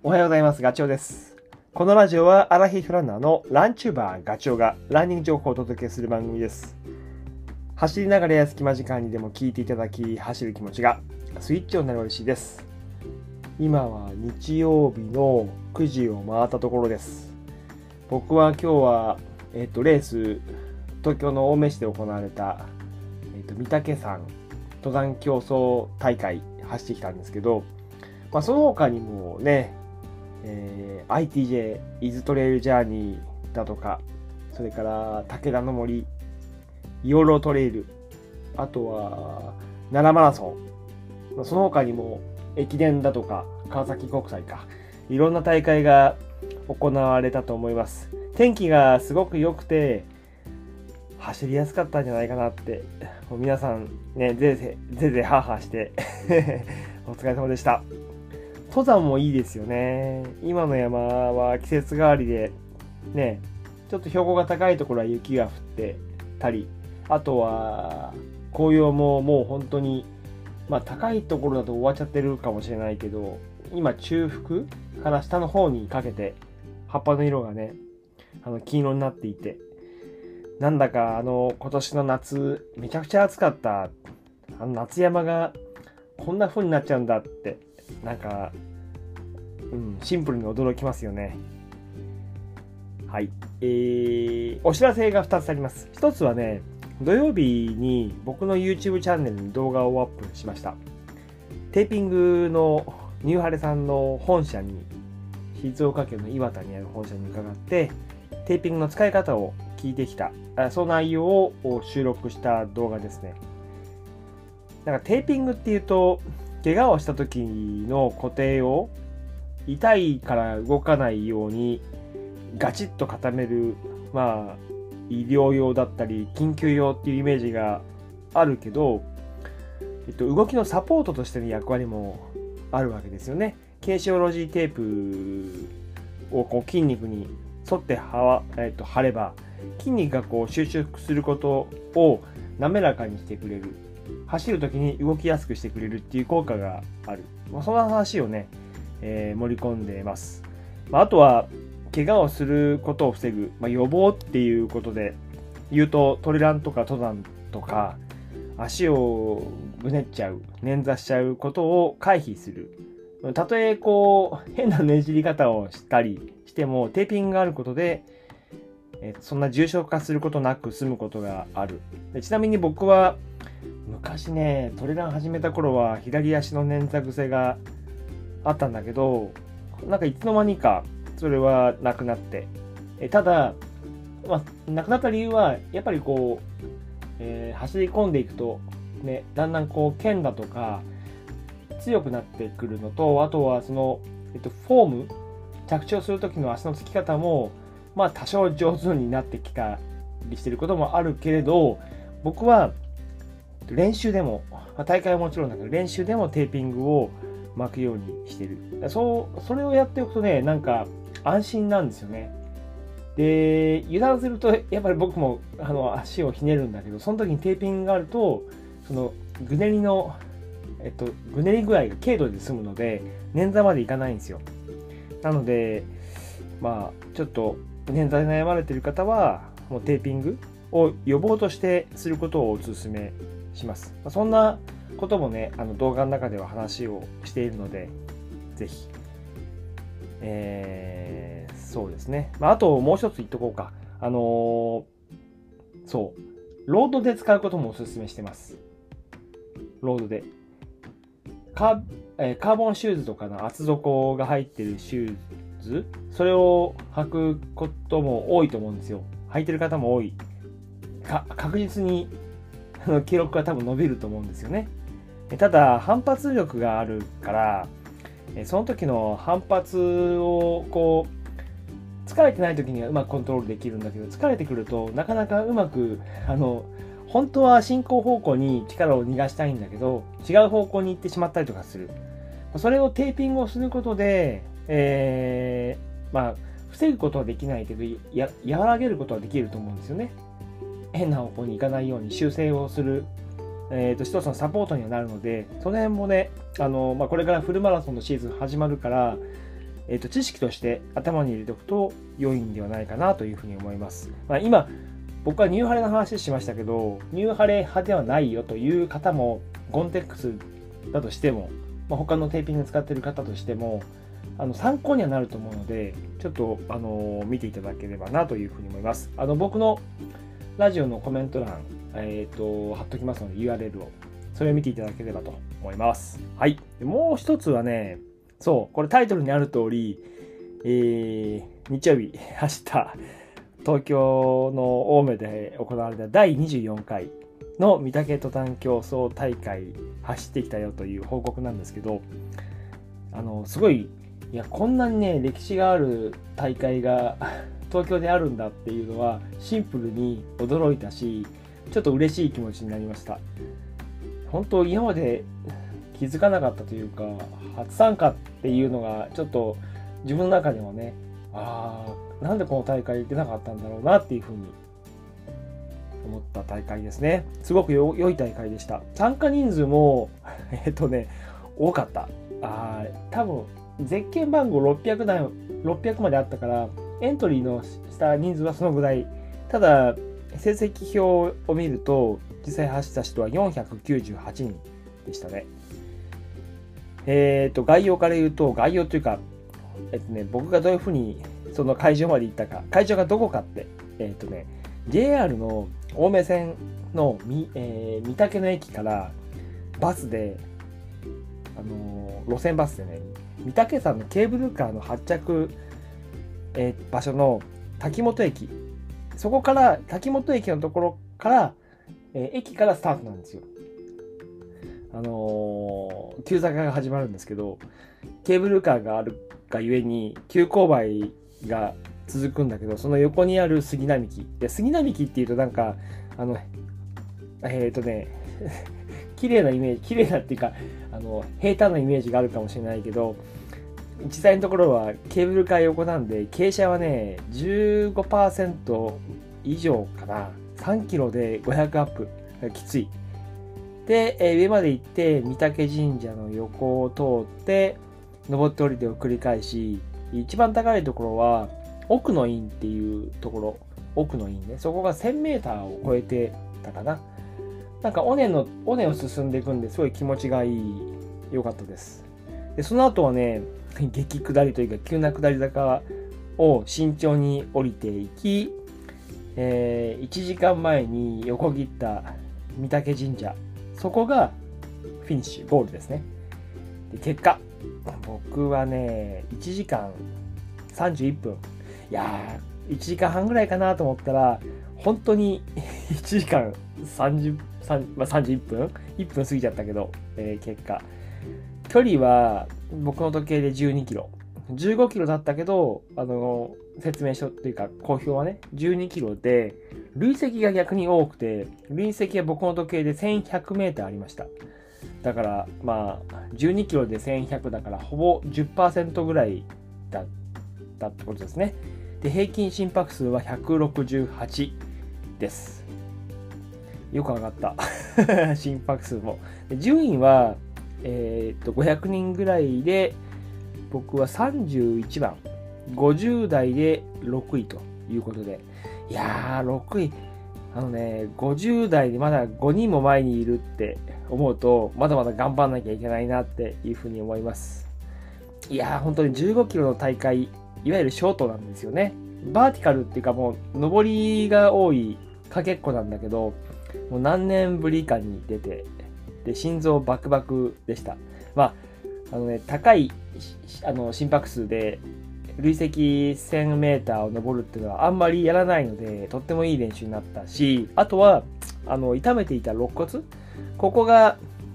おはようございます。ガチョウです。このラジオはアラヒフランナーのランチューバーガチョウがランニング情報をお届けする番組です。走りながらや隙間時間にでも聞いていただき、走る気持ちがスイッチオンになる嬉しいです。今は日曜日の9時を回ったところです。僕は今日は、レース、東京の青梅市で行われた、御嶽山登山競争大会走ってきたんですけど、その他にもね、ITJ イズトレイルジャーニーだとか、それから武田の森、養老トレイル、あとは奈良マラソン、その他にも駅伝だとか川崎国際か、いろんな大会が行われたと思います。天気がすごく良くて走りやすかったんじゃないかなって、もう皆さんね、ぜいぜいハーハーしてお疲れ様でした。登山もいいですよね。今の山は季節変わりでね、ちょっと標高が高いところは雪が降ってたり、あとは紅葉ももう本当に高いところだと終わっちゃってるかもしれないけど、今中腹から下の方にかけて葉っぱの色がね、金色になっていて、なんだか今年の夏めちゃくちゃ暑かった、夏山がこんな風になっちゃうんだって、なんか、シンプルに驚きますよね。はい。お知らせが2つあります。1つはね、土曜日に僕の YouTube チャンネルに動画をアップしました。テーピングのニューハレさんの本社に、静岡県の磐田にある本社に伺って、テーピングの使い方を聞いてきた、その内容を収録した動画ですね。なんかテーピングっていうと、怪我をした時の固定を痛いから動かないようにガチッと固める、医療用だったり緊急用っていうイメージがあるけど、動きのサポートとしての役割もあるわけですよね。ケーシオロジーテープをこう筋肉に沿って貼れば、筋肉がこう収縮することを滑らかにしてくれる。走るときに動きやすくしてくれるっていう効果がある。その話をね、盛り込んでいます。あとは、怪我をすることを防ぐ、予防っていうことで言うと、トレランとか登山とか、足をぐねっちゃう、捻挫しちゃうことを回避する。たとえこう、変なねじり方をしたりしても、テーピングがあることで、そんな重症化することなく済むことがある。ちなみに僕は、昔ね、トレラン始めた頃は左足の捻挫癖があったんだけど、なんかいつの間にかそれはなくなって、ただ、なくなった理由はやっぱりこう、走り込んでいくとね、だんだんこう剣だとか強くなってくるのと、あとはその、フォーム、着地をする時の足のつき方も多少上手になってきたりしてることもあるけれど、僕は練習でも、大会はもちろんだけど、練習でもテーピングを巻くようにしてる。それをやっておくとね、なんか安心なんですよね。で、油断すると、やっぱり僕も足をひねるんだけど、その時にテーピングがあると、そのぐねりの、ぐねり具合が軽度で済むので、捻挫までいかないんですよ。なので、ちょっと捻挫で悩まれている方は、もうテーピングを予防としてすることをお勧めします。そんなこともね、動画の中では話をしているので、ぜひ、そうですね。あともう一つ言っとこうか。ロードで使うこともお勧めしてます。ロードで。カーボンシューズとかの厚底が入ってるシューズ、それを履くことも多いと思うんですよ。履いてる方も多い。確実に記録が多分伸びると思うんですよね。ただ反発力があるから、その時の反発をこう疲れてない時にはうまくコントロールできるんだけど、疲れてくるとなかなかうまく本当は進行方向に力を逃がしたいんだけど、違う方向に行ってしまったりとかする。それをテーピングをすることで、防ぐことはできないけど和らげることはできると思うんですよね。変な方向に行かないように修正をする、一つのサポートにはなるので、その辺もね、これからフルマラソンのシーズン始まるから、 知識として頭に入れておくと良いんではないかなというふうに思います。今、僕はニューハレの話しましたけど、ニューハレ派ではないよという方も、ゴンテックスだとしても、他のテーピング使っている方としても、参考にはなると思うので、ちょっと、見ていただければなというふうに思います。僕のラジオのコメント欄、貼っときますので URL を、それを見ていただければと思います。はい。でもう一つはね、そう、これタイトルにある通り、日曜日走った東京の青梅で行われた第24回の御嶽登山競争大会走ってきたよという報告なんですけど、すごい、いや、こんなにね、歴史がある大会が東京であるんだっていうのはシンプルに驚いたし、ちょっと嬉しい気持ちになりました。本当、今まで気づかなかったというか、初参加っていうのがちょっと自分の中でもね、なんでこの大会出なかったんだろうなっていうふうに思った大会ですね。すごく良い大会でした。参加人数も多かった。多分ゼッケン番号600まであったから、エントリーのした人数はそのぐらい。ただ成績表を見ると実際走った人は498人でしたね。概要から言うと、概要というか、僕がどういうふうにその会場まで行ったか、会場がどこかって、JR の青梅線の御嶽の駅からバスで、路線バスでね、御嶽山のケーブルカーの発着、場所の滝本駅、そこから滝本駅のところから、駅からスタートなんですよ。急坂が始まるんですけど、ケーブルカーがあるがゆえに急勾配が続くんだけど、その横にある杉並木で、杉並木っていうとなんか綺麗なイメージ、綺麗なっていうか平坦なイメージがあるかもしれないけど、実際のところはケーブルカー横なんで、傾斜はね 15% 以上かな。3キロで500アップ、きつい。で、上まで行って御嶽神社の横を通って登って降りてを繰り返し、一番高いところは奥の院っていうところ、奥の院ね、そこが 1000m を超えてたかな。なんか尾根を進んでいくんですごい気持ちが良かったです。でその後はね、激下りというか急な下り坂を慎重に降りていき、1時間前に横切った御嶽神社、そこがフィニッシュゴールですね。で結果、僕はね1時間31分、いやー1時間半ぐらいかなと思ったら、本当に1時間31分1分過ぎちゃったけど、結果距離は僕の時計で12キロ、15キロだったけど、説明書っていうか公表はね12キロで、累積が逆に多くて、累積は僕の時計で1100メーターありました。だから12キロで1100だからほぼ 10% ぐらいだったってことですね。で平均心拍数は168です。よく上がった心拍数も。で順位は500人ぐらいで、僕は31番、50代で6位ということで、いやー6位、50代でまだ5人も前にいるって思うと、まだまだ頑張んなきゃいけないなっていうふうに思います。いやー本当に15キロの大会、いわゆるショートなんですよね。バーティカルっていうかもう上りが多いかけっこなんだけど、もう何年ぶりかに出て、で心臓バクバクでした。高い心拍数で累積 1000m を登るっていうのはあんまりやらないので、とってもいい練習になったし、あとは痛めていた肋骨、ここが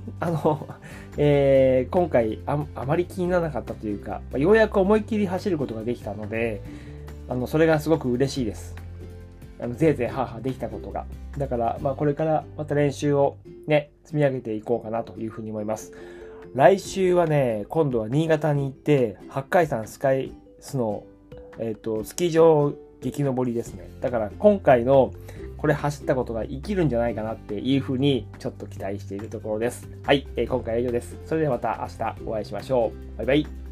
今回あまり気にならなかったというか、ようやく思いっきり走ることができたので、それがすごく嬉しいです。ぜいぜいハーハーできたことが。だから、これからまた練習をね、積み上げていこうかなというふうに思います。来週はね、今度は新潟に行って、八海山スカイスノー、スキー場激登りですね。だから今回のこれ走ったことが生きるんじゃないかなっていうふうにちょっと期待しているところです。はい、今回は以上です。それではまた明日お会いしましょう。バイバイ。